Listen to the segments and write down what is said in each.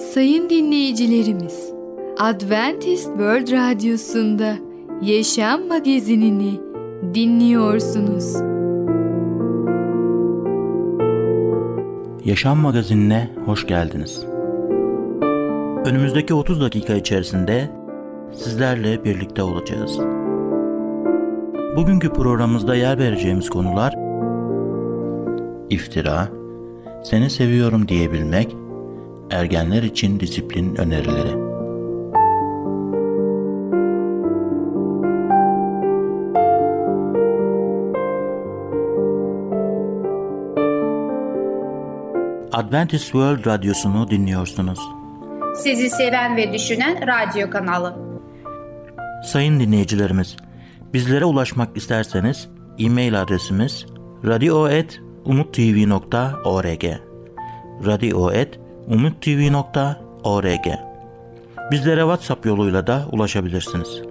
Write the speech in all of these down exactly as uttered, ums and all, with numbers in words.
Sayın dinleyicilerimiz, Adventist World Radyosu'nda Yaşam Magazinini dinliyorsunuz. Yaşam Magazinine hoş geldiniz. Önümüzdeki otuz dakika içerisinde sizlerle birlikte olacağız. Bugünkü programımızda yer vereceğimiz konular: iftira, seni seviyorum diyebilmek, ergenler için disiplin önerileri. Adventist World Radyosu'nu dinliyorsunuz. Sizi seven ve düşünen radyo kanalı. Sayın dinleyicilerimiz, bizlere ulaşmak isterseniz e-mail adresimiz radio at umuttv nokta org radio at umuttv nokta org. Bizlere WhatsApp yoluyla da ulaşabilirsiniz.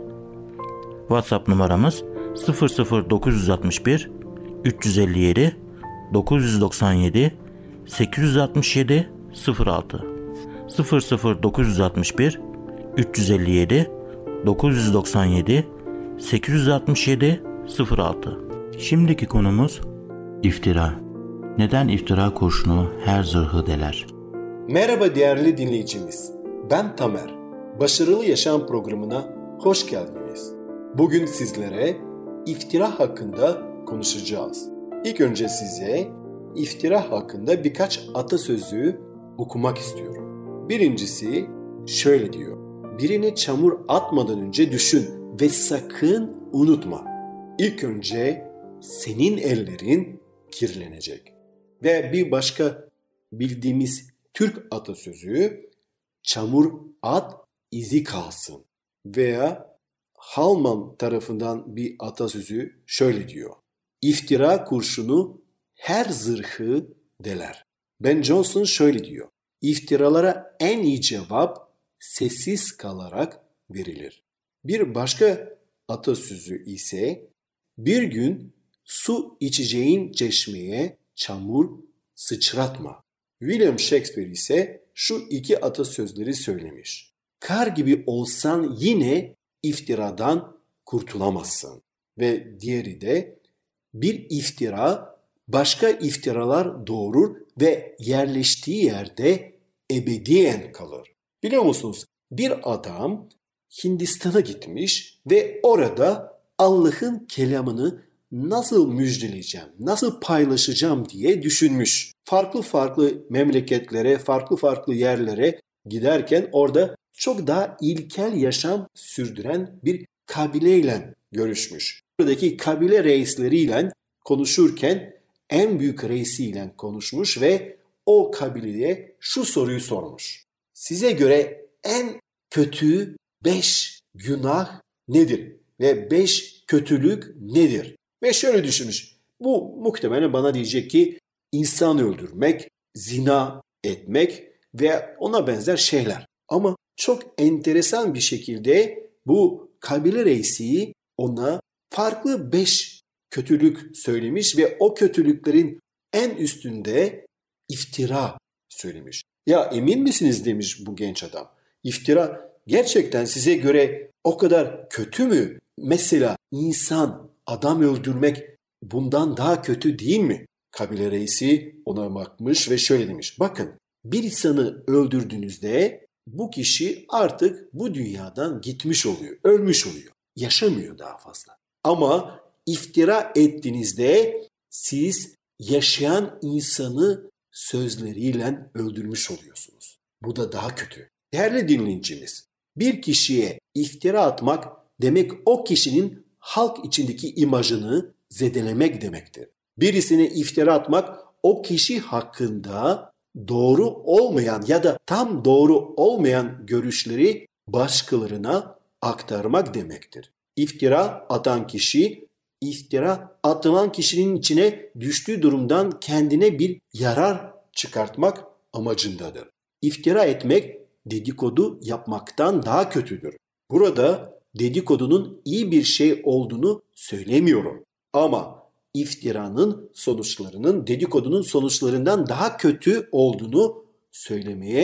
WhatsApp numaramız sıfır sıfır dokuz altı bir üç yüz elli yedi dokuz yüz doksan yedi sekiz yüz altmış yedi sıfır altı sıfır sıfır dokuz altı bir üç yüz elli yedi dokuz yüz doksan yedi sekiz yüz altmış yedi sıfır altı. Şimdiki konumuz iftira. Neden iftira kurşunu her zırhı deler? Merhaba değerli dinleyicimiz. Ben Tamer. Başarılı Yaşam programına hoş geldiniz. Bugün sizlere iftira hakkında konuşacağız. İlk önce size iftira hakkında birkaç atasözü okumak istiyorum. Birincisi şöyle diyor: birine çamur atmadan önce düşün ve sakın unutma. İlk önce senin ellerin kirlenecek. Ve bir başka bildiğimiz Türk atasözü, çamur at izi kalsın. Veya Halman tarafından bir atasözü şöyle diyor: İftira kurşunu her zırhı deler. Ben Johnson şöyle diyor: İftiralara en iyi cevap sessiz kalarak verilir. Bir başka atasözü ise, bir gün su içeceğin çeşmeye çamur sıçratma. William Shakespeare ise şu iki atasözleri söylemiş: kar gibi olsan yine iftiradan kurtulamazsın. Ve diğeri de, bir iftira başka iftiralar doğurur ve yerleştiği yerde ebediyen kalır. Biliyor musunuz? Bir adam Hindistan'a gitmiş ve orada Allah'ın kelamını nasıl müjdeleyeceğim, nasıl paylaşacağım diye düşünmüş. Farklı farklı memleketlere, farklı farklı yerlere giderken orada çok daha ilkel yaşam sürdüren bir kabileyle görüşmüş. Buradaki kabile reisleriyle konuşurken en büyük reisiyle konuşmuş ve o kabileye şu soruyu sormuş: size göre en kötü beş günah nedir? Ve beş kötülük nedir? Ve şöyle düşünmüş: bu muhtemelen bana diyecek ki insan öldürmek, zina etmek ve ona benzer şeyler. Ama çok enteresan bir şekilde bu kabile reisi ona farklı beş kötülük söylemiş ve o kötülüklerin en üstünde iftira söylemiş. Ya emin misiniz demiş bu genç adam. İftira gerçekten size göre o kadar kötü mü? Mesela insan, adam öldürmek bundan daha kötü değil mi? Kabile reisi ona bakmış ve şöyle demiş: bakın, bir insanı öldürdüğünüzde bu kişi artık bu dünyadan gitmiş oluyor, ölmüş oluyor, yaşamıyor daha fazla. Ama iftira ettiğinizde siz yaşayan insanı sözleriyle öldürmüş oluyorsunuz. Bu da daha kötü. Değerli dinleyicimiz, bir kişiye iftira atmak demek o kişinin halk içindeki imajını zedelemek demektir. Birisine iftira atmak o kişi hakkında doğru olmayan ya da tam doğru olmayan görüşleri başkalarına aktarmak demektir. İftira atan kişi, iftira atılan kişinin içine düştüğü durumdan kendine bir yarar çıkartmak amacındadır. İftira etmek dedikodu yapmaktan daha kötüdür. Burada dedikodunun iyi bir şey olduğunu söylemiyorum. Ama iftiranın sonuçlarının dedikodunun sonuçlarından daha kötü olduğunu söylemeye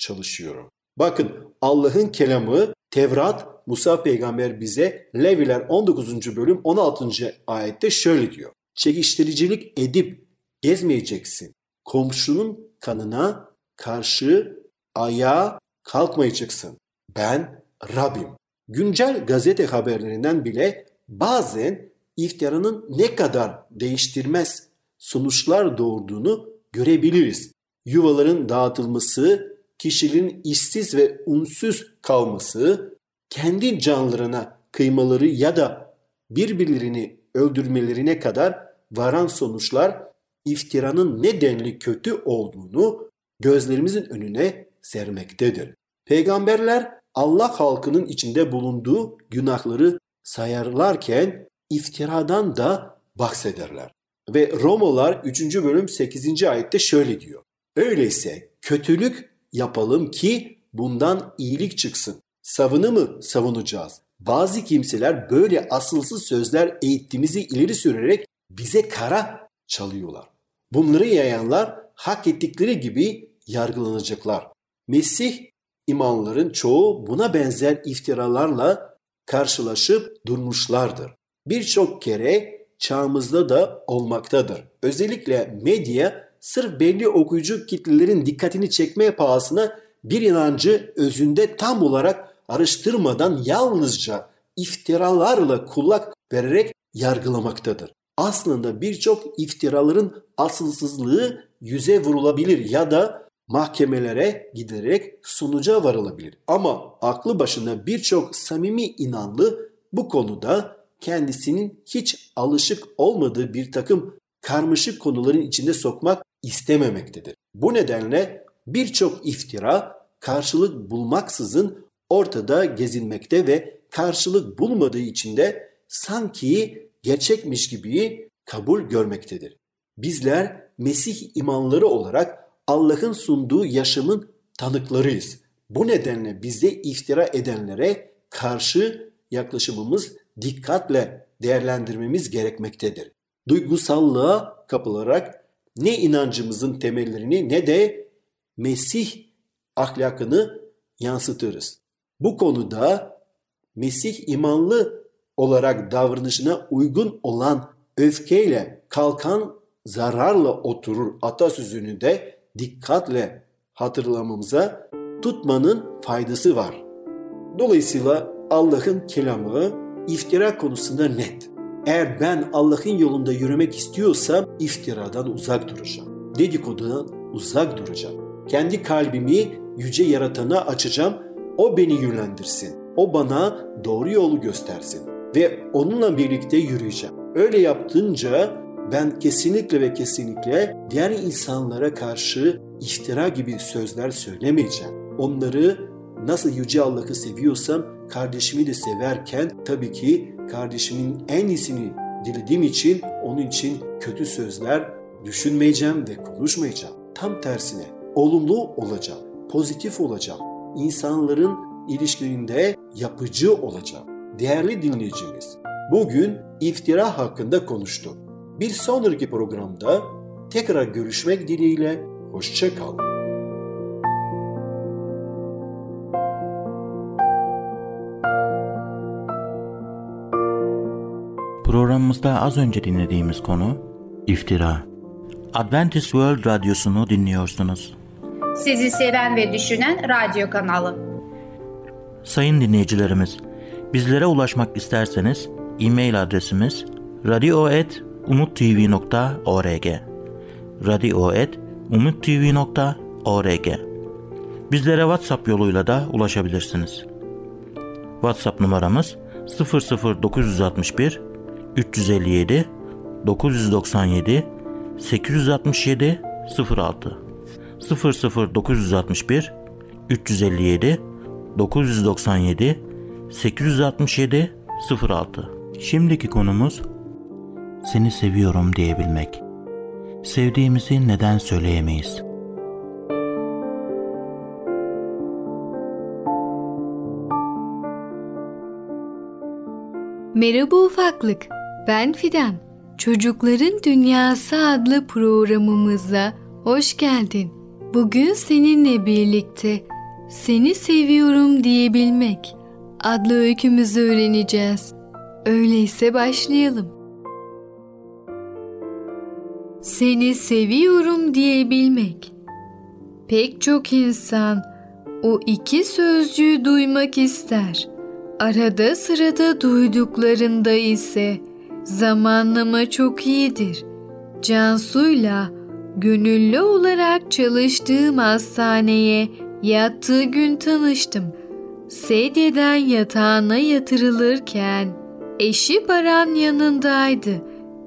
çalışıyorum. Bakın Allah'ın kelamı Tevrat, Musa peygamber bize Leviler on dokuzuncu bölüm on altıncı ayette şöyle diyor. Çekiştiricilik edip gezmeyeceksin. Komşunun kanına karşı ayağa kalkmayacaksın. Ben Rabbim. Güncel gazete haberlerinden bile bazen iftiranın ne kadar değiştirmez sonuçlar doğurduğunu görebiliriz. Yuvaların dağıtılması, kişinin işsiz ve unsuz kalması, kendi canlarına kıymaları ya da birbirlerini öldürmelerine kadar varan sonuçlar iftiranın ne denli kötü olduğunu gözlerimizin önüne sermektedir. Peygamberler Allah halkının içinde bulunduğu günahları sayarlarken iftiradan da bahsederler. Ve Romalılar üçüncü bölüm sekizinci ayette şöyle diyor. Öyleyse kötülük yapalım ki bundan iyilik çıksın. Savını mı savunacağız? Bazı kimseler böyle asılsız sözler eğittiğimizi ileri sürerek bize kara çalıyorlar. Bunları yayanlar hak ettikleri gibi yargılanacaklar. Mesih imanların çoğu buna benzer iftiralarla karşılaşıp durmuşlardır. Birçok kere çağımızda da olmaktadır. Özellikle medya sırf belli okuyucu kitlelerin dikkatini çekmeye pahasına bir inancı özünde tam olarak araştırmadan yalnızca iftiralarla kulak vererek yargılamaktadır. Aslında birçok iftiraların asılsızlığı yüze vurulabilir ya da mahkemelere giderek sonuca varılabilir. Ama aklı başında birçok samimi inanlı bu konuda kendisinin hiç alışık olmadığı bir takım karmaşık konuların içinde sokmak istememektedir. Bu nedenle birçok iftira karşılık bulmaksızın ortada gezinmekte ve karşılık bulmadığı için de sanki gerçekmiş gibi kabul görmektedir. Bizler Mesih imanları olarak Allah'ın sunduğu yaşamın tanıklarıyız. Bu nedenle bize iftira edenlere karşı yaklaşımımız dikkatle değerlendirmemiz gerekmektedir. Duygusallığa kapılarak ne inancımızın temellerini ne de Mesih ahlakını yansıtırız. Bu konuda Mesih imanlı olarak davranışına uygun olan öfkeyle kalkan zararla oturur atasözünü de dikkatle hatırlamamıza tutmanın faydası var. Dolayısıyla Allah'ın kelamı iftira konusunda net. Eğer ben Allah'ın yolunda yürümek istiyorsam iftiradan uzak duracağım. Dedikodudan uzak duracağım. Kendi kalbimi yüce yaratana açacağım. O beni yönlendirsin. O bana doğru yolu göstersin. Ve onunla birlikte yürüyeceğim. Öyle yaptığınca ben kesinlikle ve kesinlikle diğer insanlara karşı iftira gibi sözler söylemeyeceğim. Onları nasıl yüce Allah'ı seviyorsam kardeşimi de severken tabii ki kardeşimin en iyisini dilediğim için onun için kötü sözler düşünmeyeceğim ve konuşmayacağım. Tam tersine olumlu olacağım, pozitif olacağım. İnsanların ilişkilerinde yapıcı olacağım. Değerli dinleyicimiz, bugün iftira hakkında konuştuk. Bir sonraki programda tekrar görüşmek dileğiyle, hoşça kalın. Programımızda az önce dinlediğimiz konu iftira. Adventist World Radyosu'nu dinliyorsunuz. Sizi seven ve düşünen radyo kanalı. Sayın dinleyicilerimiz, bizlere ulaşmak isterseniz e-mail adresimiz radio et umuttv nokta org radio et umuttv nokta org. Bizlere WhatsApp yoluyla da ulaşabilirsiniz. WhatsApp numaramız sıfır sıfır dokuz altı bir üç yüz elli yedi dokuz yüz doksan yedi sekiz yüz altmış yedi sıfır altı sıfır sıfır dokuz altı bir üç yüz elli yedi dokuz yüz doksan yedi sekiz yüz altmış yedi sıfır altı. Şimdiki konumuz seni seviyorum diyebilmek. Sevdiğimizi neden söyleyemeyiz? Merhaba ufaklık, ben Fidan. Çocukların Dünyası adlı programımıza hoş geldin. Bugün seninle birlikte Seni seviyorum diyebilmek adlı öykümüzü öğreneceğiz. Öyleyse başlayalım. Seni seviyorum diyebilmek. Pek çok insan o iki sözcüğü duymak ister. Arada sırada duyduklarında ise zamanlama çok iyidir. Cansu'yla gönüllü olarak çalıştığım hastaneye yattığı gün tanıştım. Sedyeden yatağına yatırılırken eşi Baran yanındaydı.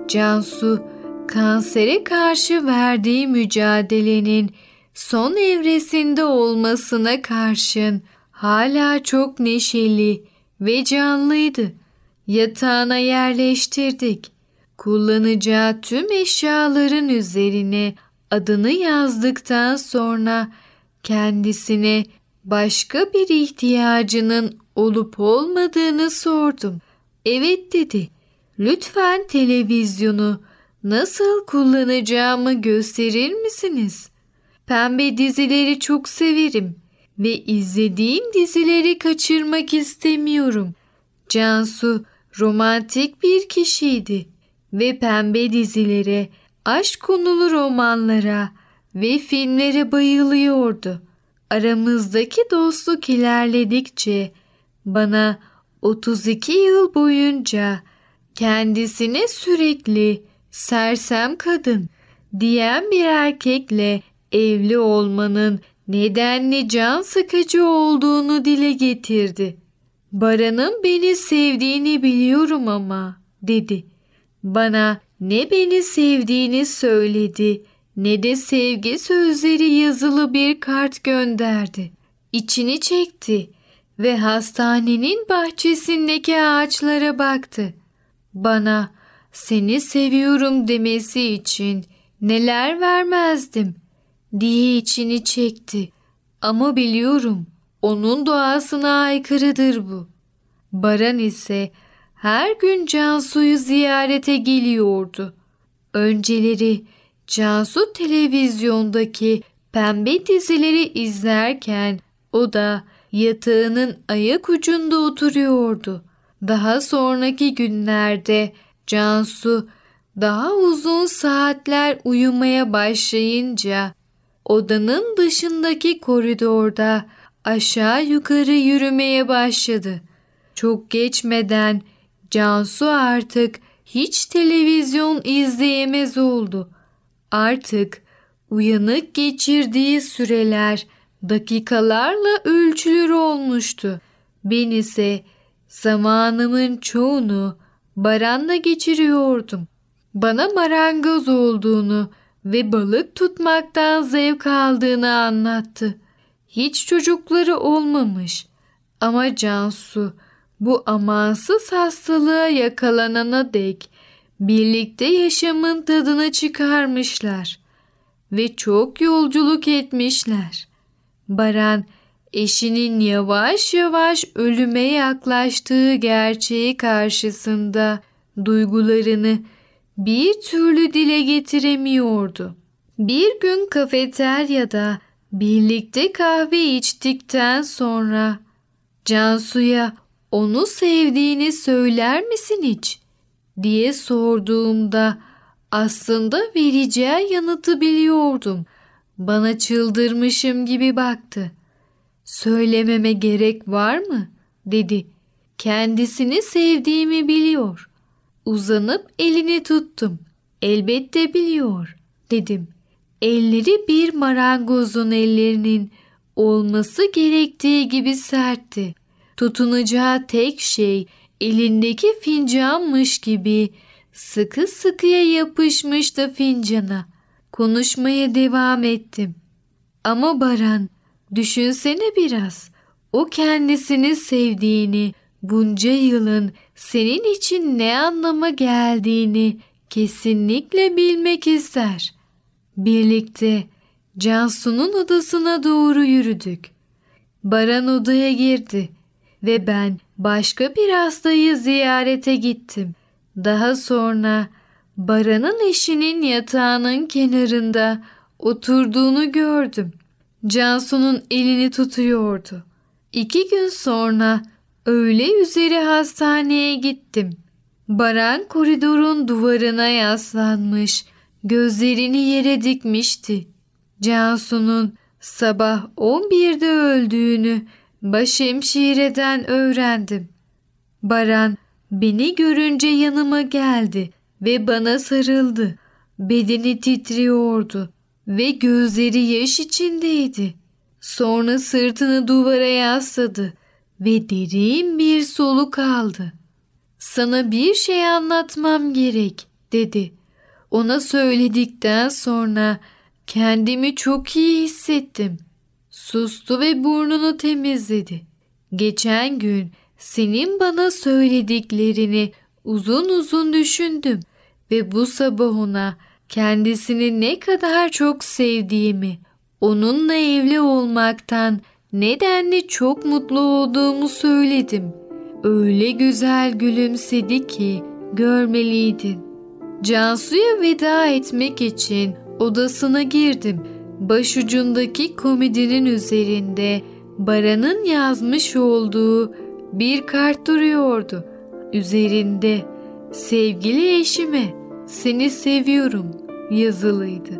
Cansu, kansere karşı verdiği mücadelenin son evresinde olmasına karşın hala çok neşeli ve canlıydı. Yatağına yerleştirdik. Kullanacağı tüm eşyaların üzerine adını yazdıktan sonra kendisine başka bir ihtiyacının olup olmadığını sordum. Evet dedi. Lütfen televizyonu nasıl kullanacağımı gösterir misiniz? Pembe dizileri çok severim ve izlediğim dizileri kaçırmak istemiyorum. Cansu romantik bir kişiydi ve pembe dizilere, aşk konulu romanlara ve filmlere bayılıyordu. Aramızdaki dostluk ilerledikçe bana otuz iki yıl boyunca kendisine sürekli sersem kadın diyen bir erkekle evli olmanın nedenli can sıkıcı olduğunu dile getirdi. Baran'ın beni sevdiğini biliyorum ama dedi. Bana ne beni sevdiğini söyledi ne de sevgi sözleri yazılı bir kart gönderdi. İçini çekti ve hastanenin bahçesindeki ağaçlara baktı. Bana seni seviyorum demesi için neler vermezdim diye içini çekti. Ama biliyorum onun doğasına aykırıdır bu. Baran ise her gün Cansu'yu ziyarete geliyordu. Önceleri Cansu televizyondaki pembe dizileri izlerken o da yatağının ayak ucunda oturuyordu. Daha sonraki günlerde Cansu daha uzun saatler uyumaya başlayınca odanın dışındaki koridorda aşağı yukarı yürümeye başladı. Çok geçmeden Cansu artık hiç televizyon izleyemez oldu. Artık uyanık geçirdiği süreler dakikalarla ölçülür olmuştu. Ben ise zamanımın çoğunu Baran'la geçiriyordum. Bana marangoz olduğunu ve balık tutmaktan zevk aldığını anlattı. Hiç çocukları olmamış ama Cansu bu amansız hastalığa yakalanana dek birlikte yaşamın tadını çıkarmışlar ve çok yolculuk etmişler. Baran, eşinin yavaş yavaş ölüme yaklaştığı gerçeği karşısında duygularını bir türlü dile getiremiyordu. Bir gün kafeteryada birlikte kahve içtikten sonra Cansu'ya onu sevdiğini söyler misin hiç diye sorduğumda aslında vereceği yanıtı biliyordum. Bana çıldırmışım gibi baktı. Söylememe gerek var mı? dedi. Kendisini sevdiğimi biliyor. Uzanıp elini tuttum. Elbette biliyor, dedim. Elleri bir marangozun ellerinin olması gerektiği gibi sertti. Tutunacağı tek şey elindeki fincanmış gibi sıkı sıkıya yapışmıştı fincana. Konuşmaya devam ettim. Ama Baran, düşünsene biraz. O kendisini sevdiğini, bunca yılın senin için ne anlama geldiğini kesinlikle bilmek ister. Birlikte Cansu'nun odasına doğru yürüdük. Baran odaya girdi ve ben başka bir hastayı ziyarete gittim. Daha sonra Baran'ın eşinin yatağının kenarında oturduğunu gördüm. Cansu'nun elini tutuyordu. İki gün sonra öğle üzeri hastaneye gittim. Baran koridorun duvarına yaslanmış, gözlerini yere dikmişti. Cansu'nun sabah on birde öldüğünü başhemşireden öğrendim. Baran beni görünce yanıma geldi ve bana sarıldı. Bedeni titriyordu ve gözleri yaş içindeydi. Sonra sırtını duvara yasladı ve derin bir soluk aldı. "Sana bir şey anlatmam gerek," dedi. Ona söyledikten sonra kendimi çok iyi hissettim. Sustu ve burnunu temizledi. "Geçen gün senin bana söylediklerini uzun uzun düşündüm ve bu sabah ona kendisini ne kadar çok sevdiğimi, onunla evli olmaktan nedenli çok mutlu olduğumu söyledim. Öyle güzel gülümsedi ki görmeliydin." Cansu'ya veda etmek için odasına girdim. Başucundaki komodinin üzerinde Baran'ın yazmış olduğu bir kart duruyordu. Üzerinde "Sevgili eşime, seni seviyorum" yazılıydı.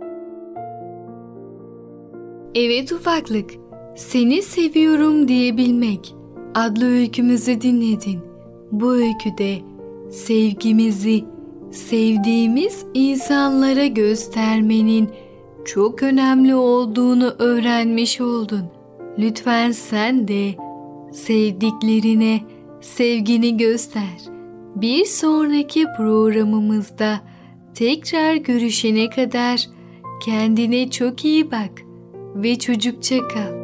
Evet ufaklık, "Seni seviyorum diyebilmek" adlı öykümüzü dinledin. Bu öyküde sevgimizi sevdiğimiz insanlara göstermenin çok önemli olduğunu öğrenmiş oldun. Lütfen sen de sevdiklerine sevgini göster. Bir sonraki programımızda tekrar görüşene kadar kendine çok iyi bak ve çocukça kal.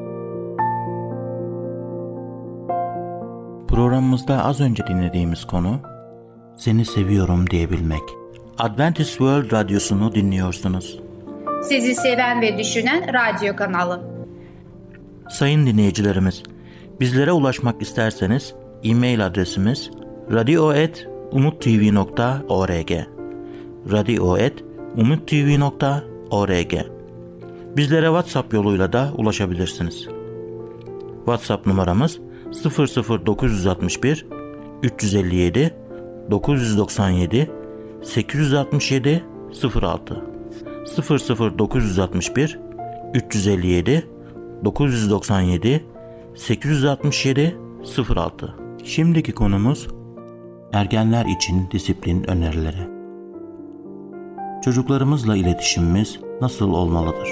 Programımızda az önce dinlediğimiz konu "Seni seviyorum diyebilmek." Adventist World Radyosu'nu dinliyorsunuz. Sizi seven ve düşünen radyo kanalı. Sayın dinleyicilerimiz, bizlere ulaşmak isterseniz e-mail adresimiz radio et umuttv nokta org radio et umuttv nokta org. Bizlere WhatsApp yoluyla da ulaşabilirsiniz. WhatsApp numaramız sıfır sıfır dokuz altı bir üç yüz elli yedi dokuz yüz doksan yedi sekiz yüz altmış yedi sıfır altı sıfır sıfır dokuz altı bir üç yüz elli yedi dokuz yüz doksan yedi sekiz yüz altmış yedi sıfır altı. Şimdiki konumuz ergenler için disiplin önerileri. Çocuklarımızla iletişimimiz nasıl olmalıdır?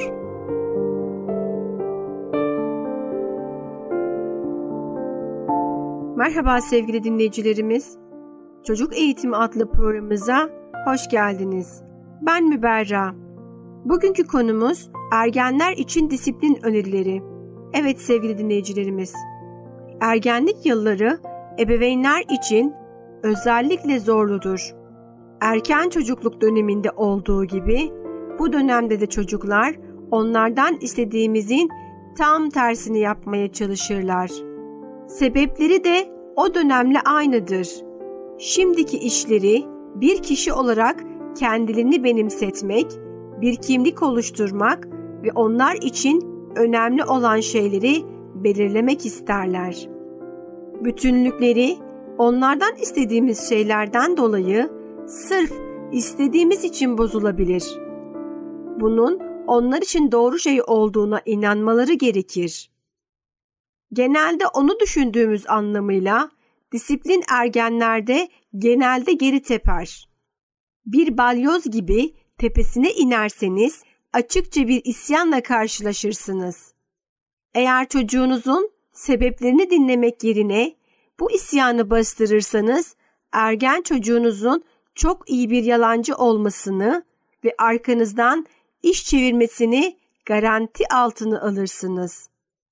Merhaba sevgili dinleyicilerimiz. Çocuk Eğitimi adlı programımıza hoş geldiniz. Ben Müberra. Bugünkü konumuz ergenler için disiplin önerileri. Evet sevgili dinleyicilerimiz, ergenlik yılları ebeveynler için özellikle zorludur. Erken çocukluk döneminde olduğu gibi bu dönemde de çocuklar onlardan istediğimizin tam tersini yapmaya çalışırlar. Sebepleri de o dönemle aynıdır. Şimdiki işleri bir kişi olarak kendilerini benimsetmek, bir kimlik oluşturmak ve onlar için önemli olan şeyleri belirlemek isterler. Bütünlükleri onlardan istediğimiz şeylerden dolayı sırf istediğimiz için bozulabilir. Bunun onlar için doğru şey olduğuna inanmaları gerekir. Genelde onu düşündüğümüz anlamıyla disiplin ergenlerde genelde geri teper. Bir balyoz gibi tepesine inerseniz açıkça bir isyanla karşılaşırsınız. Eğer çocuğunuzun sebeplerini dinlemek yerine bu isyanı bastırırsanız ergen çocuğunuzun çok iyi bir yalancı olmasını ve arkanızdan iş çevirmesini garanti altına alırsınız.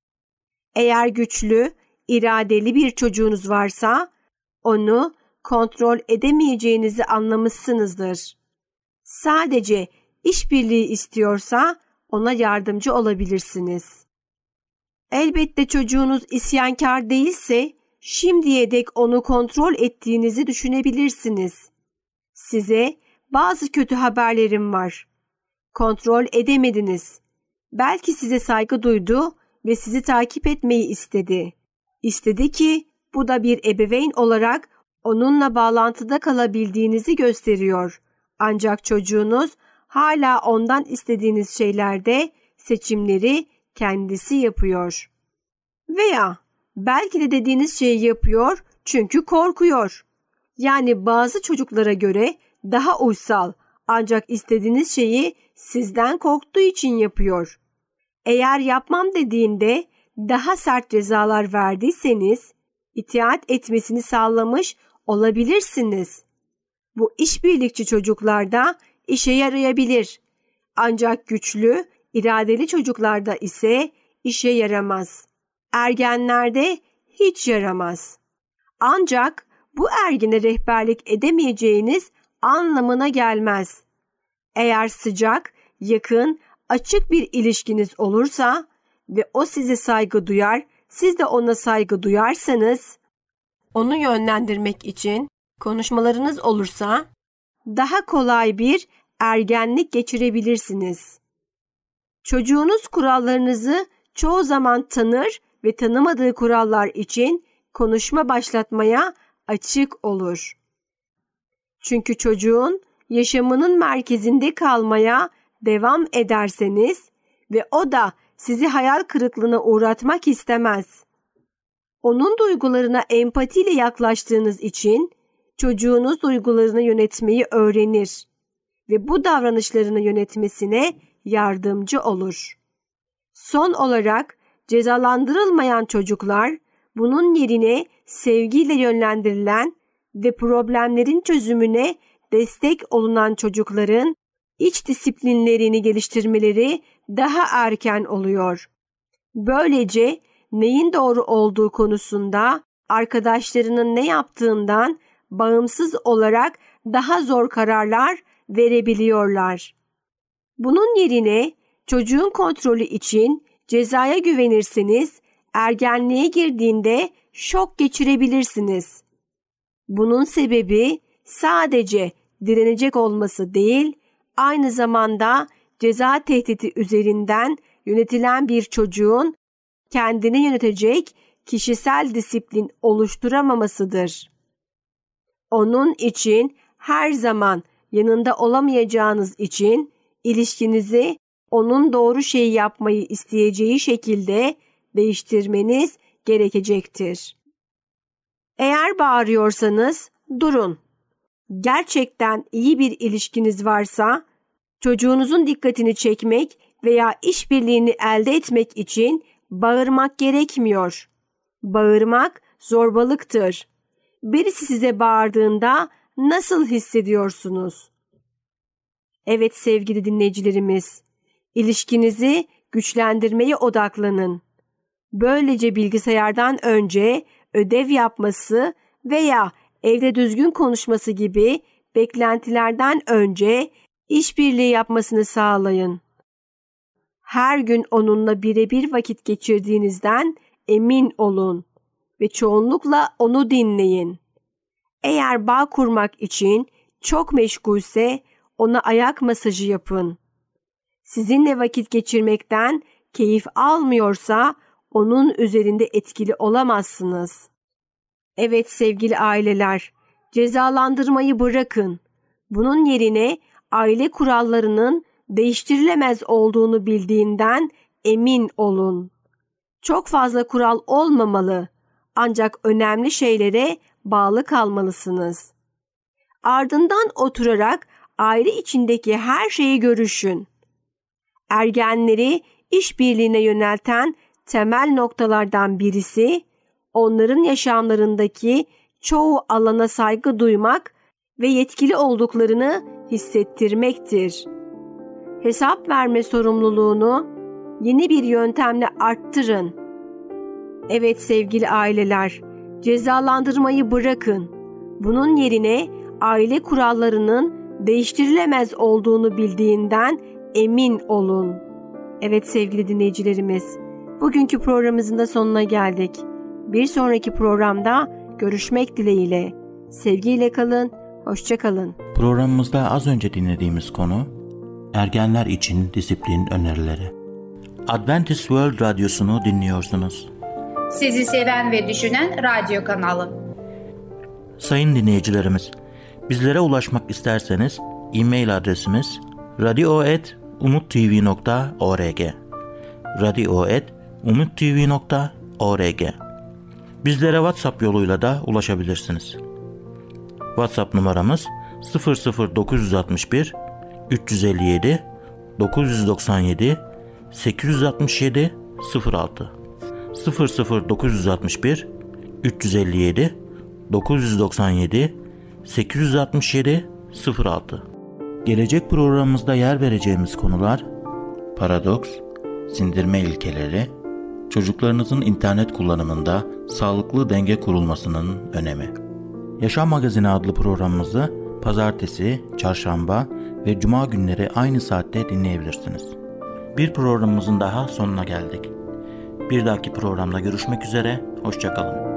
Eğer güçlü, iradeli bir çocuğunuz varsa onu kontrol edemeyeceğinizi anlamışsınızdır. Sadece işbirliği istiyorsa ona yardımcı olabilirsiniz. Elbette çocuğunuz isyankar değilse şimdiye dek onu kontrol ettiğinizi düşünebilirsiniz. Size bazı kötü haberlerim var. Kontrol edemediniz. Belki size saygı duydu ve sizi takip etmeyi istedi. İstedi ki bu da bir ebeveyn olarak onunla bağlantıda kalabildiğinizi gösteriyor. Ancak çocuğunuz hala ondan istediğiniz şeylerde seçimleri kendisi yapıyor. Veya belki de dediğiniz şeyi yapıyor çünkü korkuyor. Yani bazı çocuklara göre daha uysal ancak istediğiniz şeyi sizden korktuğu için yapıyor. Eğer yapmam dediğinde daha sert cezalar verdiyseniz itaat etmesini sağlamış olabilirsiniz. Bu işbirlikçi çocuklarda işe yarayabilir. Ancak güçlü, iradeli çocuklarda ise işe yaramaz. Ergenlerde hiç yaramaz. Ancak bu ergene rehberlik edemeyeceğiniz anlamına gelmez. Eğer sıcak, yakın, açık bir ilişkiniz olursa ve o size saygı duyar, siz de ona saygı duyarsanız, onu yönlendirmek için konuşmalarınız olursa daha kolay bir ergenlik geçirebilirsiniz. Çocuğunuz kurallarınızı çoğu zaman tanır ve tanımadığı kurallar için konuşma başlatmaya açık olur. Çünkü çocuğun yaşamının merkezinde kalmaya devam ederseniz ve o da sizi hayal kırıklığına uğratmak istemez. Onun duygularına empatiyle yaklaştığınız için çocuğunuz duygularını yönetmeyi öğrenir ve bu davranışlarını yönetmesine yardımcı olur. Son olarak cezalandırılmayan çocuklar bunun yerine sevgiyle yönlendirilen ve problemlerin çözümüne destek olunan çocukların iç disiplinlerini geliştirmeleri daha erken oluyor. Böylece neyin doğru olduğu konusunda arkadaşlarının ne yaptığından bağımsız olarak daha zor kararlar verebiliyorlar. Bunun yerine çocuğun kontrolü için cezaya güvenirseniz ergenliğe girdiğinde şok geçirebilirsiniz. Bunun sebebi sadece direnecek olması değil, aynı zamanda ceza tehdidi üzerinden yönetilen bir çocuğun kendini yönetecek kişisel disiplin oluşturamamasıdır. Onun için her zaman yanında olamayacağınız için ilişkinizi onun doğru şeyi yapmayı isteyeceği şekilde değiştirmeniz gerekecektir. Eğer bağırıyorsanız durun. Gerçekten iyi bir ilişkiniz varsa çocuğunuzun dikkatini çekmek veya işbirliğini elde etmek için bağırmak gerekmiyor. Bağırmak zorbalıktır. Birisi size bağırdığında nasıl hissediyorsunuz? Evet sevgili dinleyicilerimiz, ilişkinizi güçlendirmeye odaklanın. Böylece bilgisayardan önce ödev yapması veya evde düzgün konuşması gibi beklentilerden önce işbirliği yapmasını sağlayın. Her gün onunla birebir vakit geçirdiğinizden emin olun ve çoğunlukla onu dinleyin. Eğer bağ kurmak için çok meşgulse ona ayak masajı yapın. Sizinle vakit geçirmekten keyif almıyorsa onun üzerinde etkili olamazsınız. Evet sevgili aileler, cezalandırmayı bırakın. Bunun yerine aile kurallarının değiştirilemez olduğunu bildiğinden emin olun. Çok fazla kural olmamalı, ancak önemli şeylere bağlı kalmalısınız. Ardından oturarak aile içindeki her şeyi görüşün. Ergenleri işbirliğine yönelten temel noktalardan birisi, onların yaşamlarındaki çoğu alana saygı duymak ve yetkili olduklarını hissettirmektir. Hesap verme sorumluluğunu yeni bir yöntemle arttırın. Evet sevgili aileler, cezalandırmayı bırakın. Bunun yerine aile kurallarının değiştirilemez olduğunu bildiğinden emin olun. Evet sevgili dinleyicilerimiz, bugünkü programımızın da sonuna geldik. Bir sonraki programda görüşmek dileğiyle. Sevgiyle kalın, hoşça kalın. Programımızda az önce dinlediğimiz konu ergenler için disiplin önerileri. Adventist World Radyosu'nu dinliyorsunuz. Sizi seven ve düşünen radyo kanalı. Sayın dinleyicilerimiz, bizlere ulaşmak isterseniz e-mail adresimiz radio at umuttv nokta org radio at umuttv nokta org. Bizlere WhatsApp yoluyla da ulaşabilirsiniz. WhatsApp numaramız sıfır sıfır dokuz altı bir üç yüz elli yedi dokuz yüz doksan yedi sekiz yüz altmış yedi sıfır altı sıfır sıfır dokuz altı bir üç yüz elli yedi dokuz yüz doksan yedi sekiz yüz altmış yedi sıfır altı. Gelecek programımızda yer vereceğimiz konular paradoks, sindirme ilkeleri, çocuklarınızın internet kullanımında sağlıklı denge kurulmasının önemi. Yaşam Magazini adlı programımızı pazartesi, çarşamba ve cuma günleri aynı saatte dinleyebilirsiniz. Bir programımızın daha sonuna geldik. Bir dahaki programda görüşmek üzere, hoşça kalın.